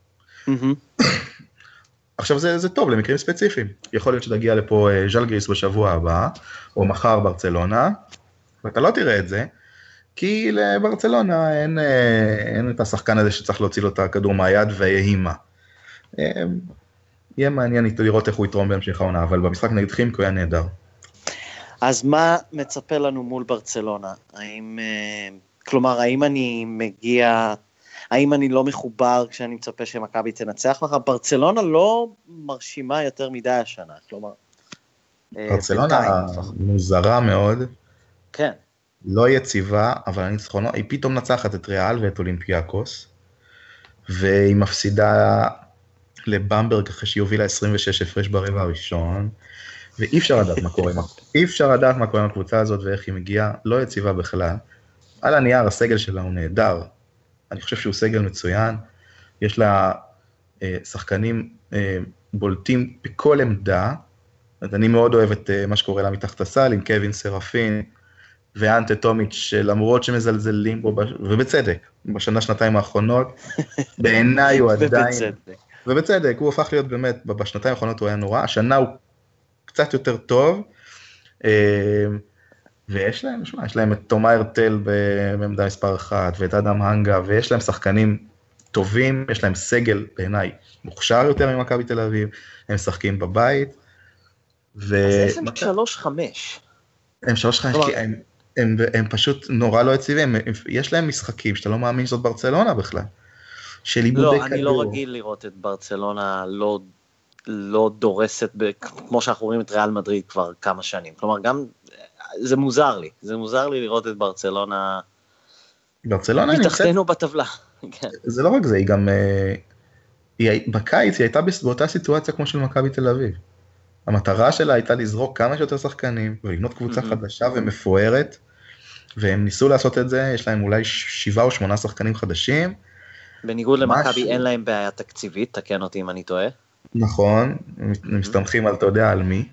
C: עכשיו זה טוב למקרים ספציפיים, יכול להיות שתגיע לפה ז'לגיריס בשבוע הבא, או מחר ברצלונה, ואתה לא תראה את זה, כי לברצלונה אין את השחקן הזה שצריך להוציא לו את הכדור מהיד ויהי מה. יהיה מעניין לראות איך הוא יתרום בהמשך העונה, אבל במשחק נגד חימקי הוא היה נהדר.
A: אז מה מצפה לנו מול ברצלונה? כלומר, האם אני מגיע, האם אני לא מחובר כשאני מצפה שמכבי תנצח לך? ברצלונה לא מרשימה יותר מדי השנה, כלומר.
C: ברצלונה מוזרה מאוד.
A: כן.
C: לא יציבה, אבל הניצחונה, היא פתאום נצחת את ריאל ואת אולימפיאקוס, והיא מפסידה לבמברג אחרי שהיא הובילה 26 הפרש ברבע הראשון, ואי אפשר לדעת מה קורה, אי אפשר לדעת מה קורה עם הקבוצה הזאת ואיך היא מגיעה, לא יציבה בכלל. על הנייר הסגל שלה הוא נהדר, אני חושב שהוא סגל מצוין, יש לה שחקנים בולטים בכל עמדה, אני מאוד אוהב את מה שקורה לה מתחת הסל, עם קווין סרפין, ואנטה טומיץ' שלמרות שמזלזלים בו, ובצדק, בשנה-שנתיים האחרונות, בעיניי הוא עדיין, ובצדק, הוא הופך להיות באמת, בשנתיים האחרונות הוא היה נורא, השנה הוא קצת יותר טוב, ויש להם, יש להם את תומא הרטל בעמדה מספר 1, ואת אדם הנגה, ויש להם שחקנים טובים, יש להם סגל בעיניי מוכשר יותר ממכבי תל אביב, הם משחקים בבית,
A: אז איזה 3-5?
C: הם 3-5, כי הם פשוט נורא לא יציבים, יש להם משחקים שאתה לא מאמין שזאת ברצלונה בכלל, של איבודי כדור.
A: לא, אני לא רגיל לראות את ברצלונה לא דורסת, כמו שאנחנו רואים את ריאל מדריד כבר כמה שנים, כלומר גם, זה מוזר לי לראות את ברצלונה מתחתנו בטבלה.
C: זה לא רק זה, היא גם, בקיץ היא הייתה באותה סיטואציה כמו של מכבי תל אביב. המטרה שלה הייתה לזרוק כמה שיותר שחקנים, ולבנות קבוצה חדשה ומפוארת, והם ניסו לעשות את זה, יש להם אולי 7 או 8 שחקנים חדשים.
A: בניגוד למכבי אין להם בעיה תקציבית, תקן אותי אם אני טועה.
C: נכון, מסתמכים על, אתה יודע, על מי.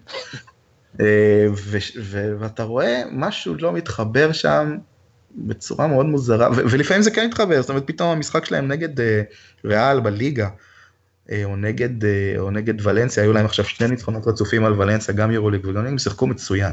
C: ואתה רואה משהו לא מתחבר שם בצורה מאוד מוזרה, ולפעמים זה כן מתחבר, זאת אומרת, פתאום המשחק שלהם נגד ריאל בליגה, או נגד ולנסיה, היו להם עכשיו 2 ניצחונות רצופים על ולנסיה, גם יורוליג וגם ליג, הם שיחקו מצוין.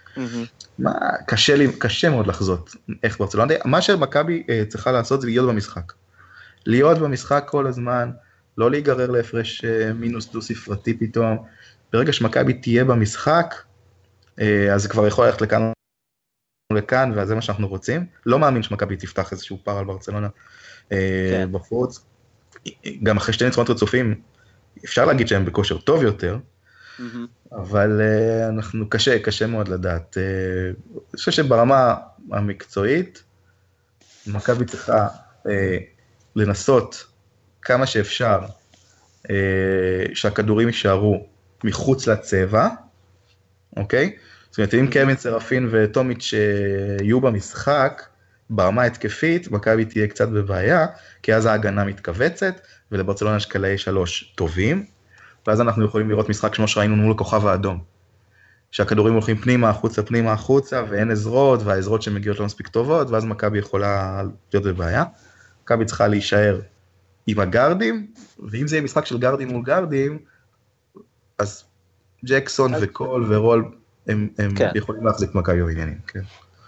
C: קשה מאוד לחזות איך ברצלונה, מה שמכבי צריכה לעשות זה להיות במשחק כל הזמן, לא להיגרר להפרש מינוס דו ספרתי פתאום, ברגע שמכבי תהיה במשחק, אז זה כבר יכול ללכת לכאן, וזה מה שאנחנו רוצים, לא מאמין שמכבי תפתח איזשהו פער על ברצלונה בחוץ, גם אחרי 2 ניצחונות רצופים, אפשר להגיד שהם בכושר טוב יותר, אבל אנחנו קשה מאוד לדעת. אני חושב שברמה המקצועית, מכבי צריכה לנסות כמה שאפשר שהכדורים יישארו מחוץ לצבע, אוקיי? זאת אומרת, אם קווין סרפין וטומיץ' יהיו במשחק, ברמה התקפית, מכבי תהיה קצת בבעיה, כי אז ההגנה מתכווצת, ולברצלונה יש קלעי 3 טובים, ואז אנחנו יכולים לראות משחק כמו שראינו מול הכוכב האדום, שהכדורים הולכים פנימה, החוצה, ואין עזרות, והעזרות שמגיעות לא מספיק טובות, ואז מכבי יכולה להיות בבעיה. מכבי צריכה להישאר עם הגרדים, ואם זה יהיה משחק של גרדים מול גרדים, אז ג'קסון וקול ורול, הם יכולים להחזיק מכבי בעניינים, כן.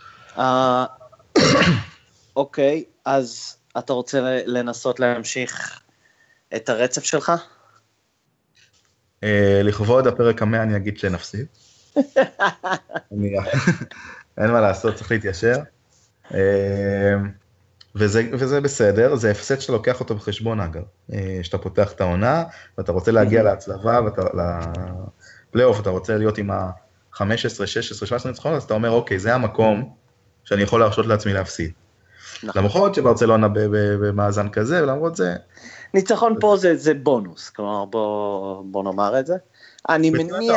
A: אוקיי, אז אתה רוצה לנסות להמשיך את הרצף שלך?
C: לכבוד הפרק 100 אני אגיד שנפסיד. אין מה לעשות, צריך להתיישר. וזה בסדר, זה הפסד שאתה לוקח אותו בחשבון אגב. שאתה פותח את העונה, ואתה רוצה להגיע להצלבה, לפלייאוף, אתה רוצה להיות עם ה-15, 16, 17 ניצחונות, אז אתה אומר, אוקיי, זה המקום שאני יכול להרשות לעצמי להפסיד. למרות שברצלונה במאזן כזה, ולמרות זה...
A: ניצחון פה זה בונוס, כלומר בוא נאמר את זה. אני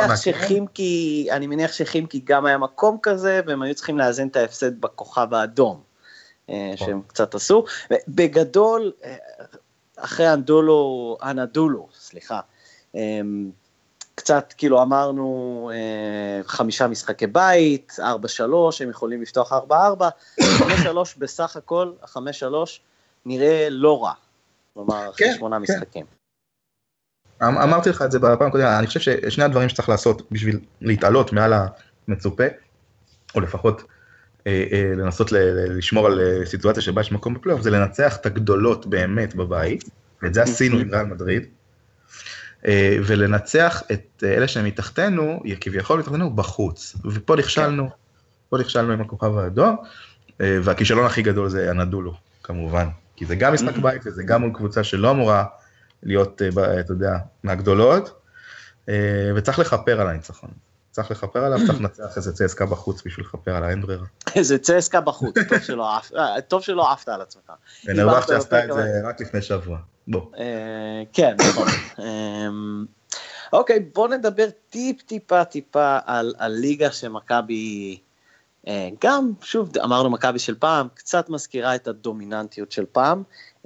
A: מניח שחימקי גם היה מקום כזה, והם היו צריכים לאזן את ההפסד בכוכב האדום, שהם קצת עשו. בגדול, אחרי אנדולו, סליחה, קצת כאילו אמרנו 5 משחקי בית, 4-3, הם יכולים לפתוח 4-4, 5-3 בסך הכל, 5-3 נראה לא רע, כלומר אחרי 8 משחקים.
C: אמרתי לך את זה בפעם קודם, אני חושב ששני הדברים שצריך לעשות בשביל להתעלות מעל המצופה, או לפחות לנסות לשמור על סיטואציה שבה יש מקום בפלייאוף, זה לנצח את הגדולות באמת בבית, ואת זה עשינו עם ריאל מדריד, ולנצח את אלה שהם מתחתנו, כביכול מתחתנו בחוץ, ופה נכשלנו עם הכוכב האדום, והכישלון הכי גדול זה אנדולו, כמובן, כי זה גם משחק בית, וזה גם מול קבוצה שלא אמורה להיות, אתה יודע, מהגדולות, וצריך לכפר על הניצחון. צריך לכפר עליו, צריך לנצח איזה צסקה בחוץ בשביל לכפר על האנדררה.
A: איזה צסקה בחוץ, טוב שלא עפת על עצמך.
C: ונרווח שעשתה את זה רק לפני שבוע, בוא.
A: כן, נכון. אוקיי, בוא נדבר טיפה על ליגה שמכבי, גם, שוב, אמרנו מכבי של פעם, קצת מזכירה את הדומיננטיות של פעם,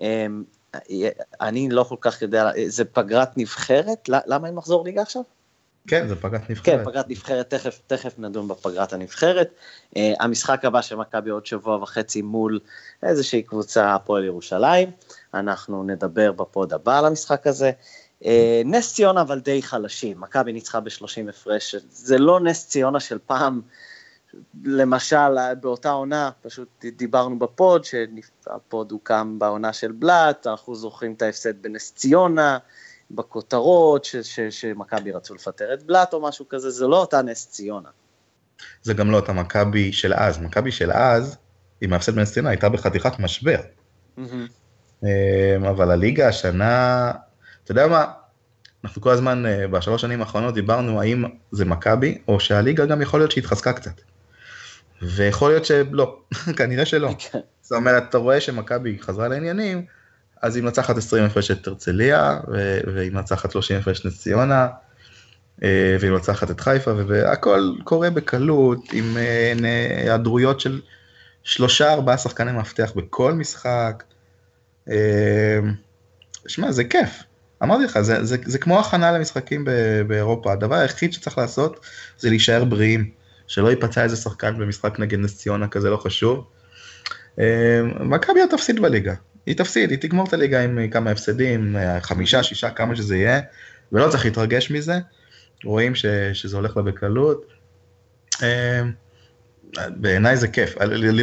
A: אני לא כל כך יודע, זה פגרת נבחרת? למה אין מחזור ליגה עכשיו?
C: כן, זה פגרת נבחרת.
A: כן, פגרת נבחרת, תכף נדון בפגרת הנבחרת. המשחק הבא של מכבי עוד 1.5 שבוע מול איזושהי קבוצה הפועל ירושלים, אנחנו נדבר בפוד הבא על המשחק הזה. נס ציונה אבל די חלשים, מכבי ניצחה ב30 הפרש, זה לא נס ציונה של פעם, למשל באותה עונה, פשוט דיברנו בפוד, שהפוד הוקם בעונה של בלט, אנחנו זוכרים את ההפסד בנס ציונה, בכותרות שמכבי רצו לפטר את בלט או משהו כזה, זה לא אותה נס ציונה.
C: זה גם לא אותה מכבי של אז, מכבי של אז, עם ההפסד בנס ציונה, הייתה בחתיכת משבר. אבל הליגה השנה, אתה יודע מה, אנחנו כל הזמן ב3 שנים האחרונות דיברנו האם זה מכבי, או שהליגה גם יכול להיות שהתחזקה קצת. ויכול להיות שלא, כנראה שלא. זאת אומרת, אתה רואה שמכבי חזרה לעניינים, אז היא מנצחת 20 הפרש את הרצליה, והיא מנצחת 30 הפרש נס ציונה, והיא מנצחת את חיפה, והכל קורה בקלות, עם היעדרויות 3-4 שחקני מפתח בכל משחק. שמע, זה כיף. אמרתי לך, זה כמו הכנה למשחקים באירופה. הדבר היחיד שצריך לעשות זה להישאר בריאים, שלא ייפצע איזה שחקן במשחק נגד נס ציונה, כזה לא חשוב. מכבי תפסיד בליגה. היא תפסיד, היא תגמור את הליגה עם כמה הפסדים, 5-6, כמה שזה יהיה, ולא צריך להתרגש מזה. רואים שזה הולך לה בקלות. בעיניי זה כיף.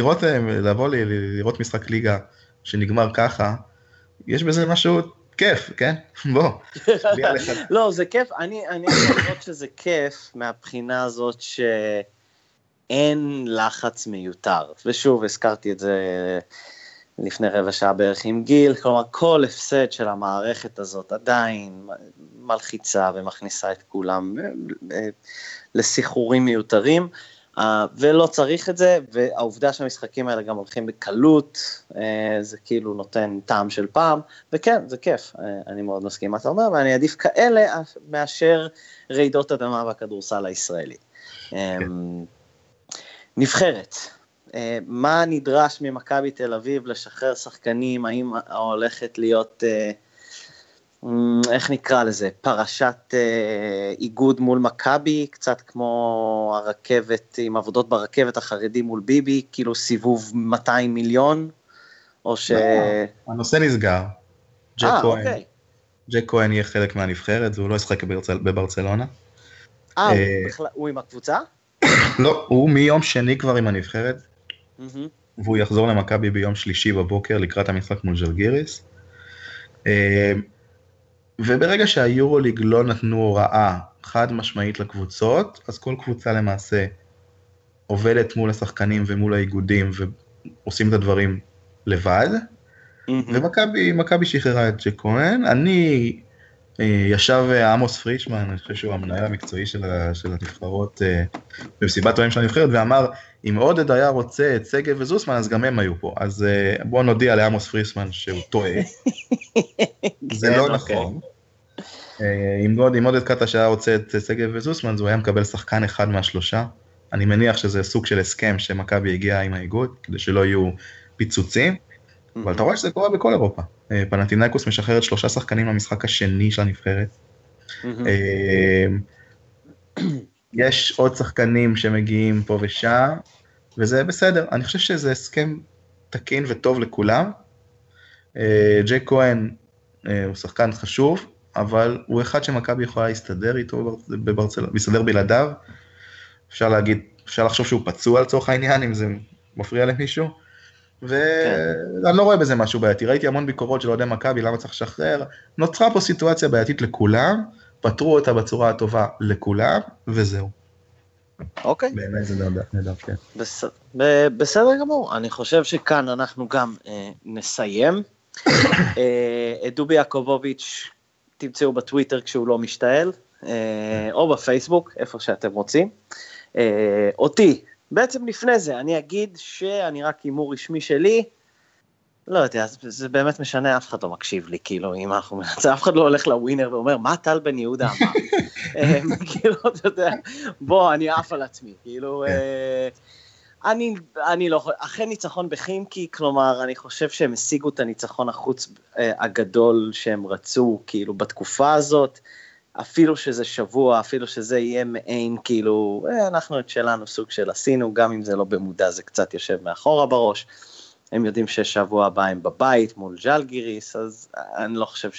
C: לראות משחק ליגה שנגמר ככה, יש בזה משהו כיף, כן? בוא.
A: לא, זה כיף. אני חושב שזה כיף מהבחינה הזאת שאין לחץ מיותר. ושוב, הזכרתי את זה לפני רבע שעה בערך עם גיל, כלומר, כל הפסד של המערכת הזאת עדיין מלחיצה ומכניסה את כולם לסיחורים מיותרים, ולא צריך את זה, והעובדה שהמשחקים האלה גם הולכים בקלות, זה כאילו נותן טעם של פעם, וכן, זה כיף, אני מאוד מסכים מה אתה אומר, ואני עדיף כאלה מאשר רעידות אדמה בכדורסל הישראלי. נבחרת, מה נדרש ממכבי תל אביב לשחרר שחקנים, האם הולכת להיות, איך נקרא לזה, פרשת איגוד מול מכבי, קצת כמו הרכבת, עם עבודות ברכבת החרדי מול ביבי, כאילו סיבוב 200 מיליון, או ש...
C: הנושא נסגר. ג'ק כהן יהיה חלק מהנבחרת, והוא לא ישחק בברצלונה.
A: הוא עם הקבוצה?
C: לא, הוא מיום שני כבר עם הנבחרת, והוא יחזור למכבי ביום שלישי בבוקר לקראת המשחק מול ז'לגיריס. וברגע שהיורוליג לא נתנו הוראה חד משמעית לקבוצות, אז כל קבוצה למעשה עובדת מול השחקנים ומול האיגודים ועושים את הדברים לבד. ומכבי שחררה את ג'ק כהן. אני ישב עמוס פרישמן, אני חושב שהוא המנהל המקצועי של הנבחרות, במסיבת עיתונאים של הנבחרת, ואמר, אם עודד היה רוצה את שגב וזוסמן, אז גם הם היו פה. אז בואו נודיע לעמוס פרישמן שהוא טועה. זה לא נכון. אם עודד קטש היה רוצה את שגב וזוסמן, אז הוא היה מקבל שחקן אחד מהשלושה. אני מניח שזה סוג של הסכם שמכבי הגיע עם האיגוד, כדי שלא יהיו פיצוצים. אבל אתה רואה שזה קורה בכל אירופה. פנתינאיקוס משחררת 3 שחקנים למשחק השני של הנבחרת. יש עוד שחקנים שמגיעים פה ושם, וזה בסדר. אני חושב שזה הסכם תקין וטוב לכולם. ג'ק כהן הוא שחקן חשוב, אבל הוא אחד שמכבי יכולה להסתדר איתו בברצלונה, להסתדר בלעדיו. אפשר לחשוב שהוא פצוע לצורך העניין, אם זה מפריע למישהו. ואני לא רואה בזה משהו בעייתי, ראיתי המון ביקורות של אוהדי מכבי, למה צריך לשחרר, נוצרה פה סיטואציה בעייתית לכולם, פתרו אותה בצורה הטובה לכולם, וזהו.
A: אוקיי.
C: באמת זה נדע, כן.
A: בסדר גמור, אני חושב שכאן אנחנו גם נסיים. את דובי יעקובוביץ' תמצאו בטוויטר כשהוא לא משתעל, או בפייסבוק, איפה שאתם רוצים. אותי, בעצם לפני זה, אני אגיד שאני רק הימור רשמי שלי, לא יודע, זה באמת משנה, אף אחד לא מקשיב לי, כאילו, אם אנחנו מנצח, אף אחד לא הולך לווינר ואומר, מה טל בן יהודה אמר? כאילו, אתה יודע, בוא, אני אף על עצמי, כאילו, אני לא, אחרי ניצחון בחימקי, כלומר, אני חושב שהם השיגו את הניצחון החוץ הגדול שהם רצו, כאילו, בתקופה הזאת, אפילו שזה שבוע, אפילו שזה יהיה מעין, כאילו, אנחנו את שלנו סוג של עשינו, גם אם זה לא במודע, זה קצת יושב מאחורה בראש, הם יודעים ששבוע הבא הם בבית מול ז'לגיריס, אז אני לא חושב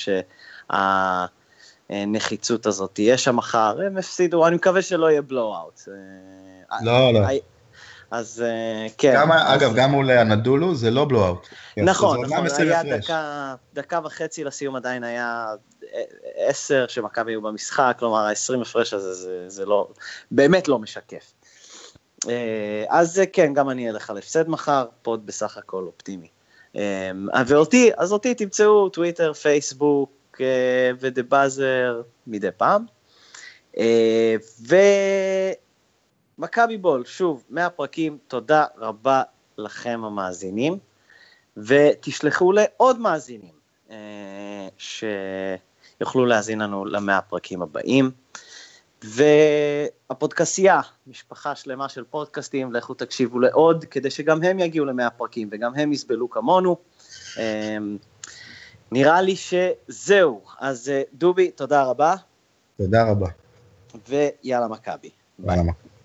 A: שהנחיצות הזאת תהיה שם מחר, הם הפסידו, אני מקווה שלא יהיה בלואו-אוט.
C: לא.
A: אז כן.
C: אגב, גם מול הנדולו זה לא בלואו-אוט.
A: נכון, היה דקה וחצי לסיום עדיין היה 10 שמכבי היו במשחק, כלומר ה-20 הפרש הזה זה לא, באמת לא משקף. אז כן, גם אני אלך על הפסד מחר, פוד בסך הכל אופטימי. אז אותי תמצאו טוויטר, פייסבוק ודבאזר מדי פעם. ומכבי בול, שוב, 100 פרקים, תודה רבה לכם המאזינים, ותשלחו לעוד מאזינים שיוכלו להאזין לנו ל100 פרקים הבאים. והפודקאסייה, משפחה שלמה של פודקאסטים, לכו תקשיבו לעוד, כדי שגם הם יגיעו ל100 פרקים, וגם הם יסבלו כמונו. נראה לי שזהו, אז דובי, תודה רבה.
C: תודה רבה.
A: ויאללה מכבי.
C: יאללה מכבי.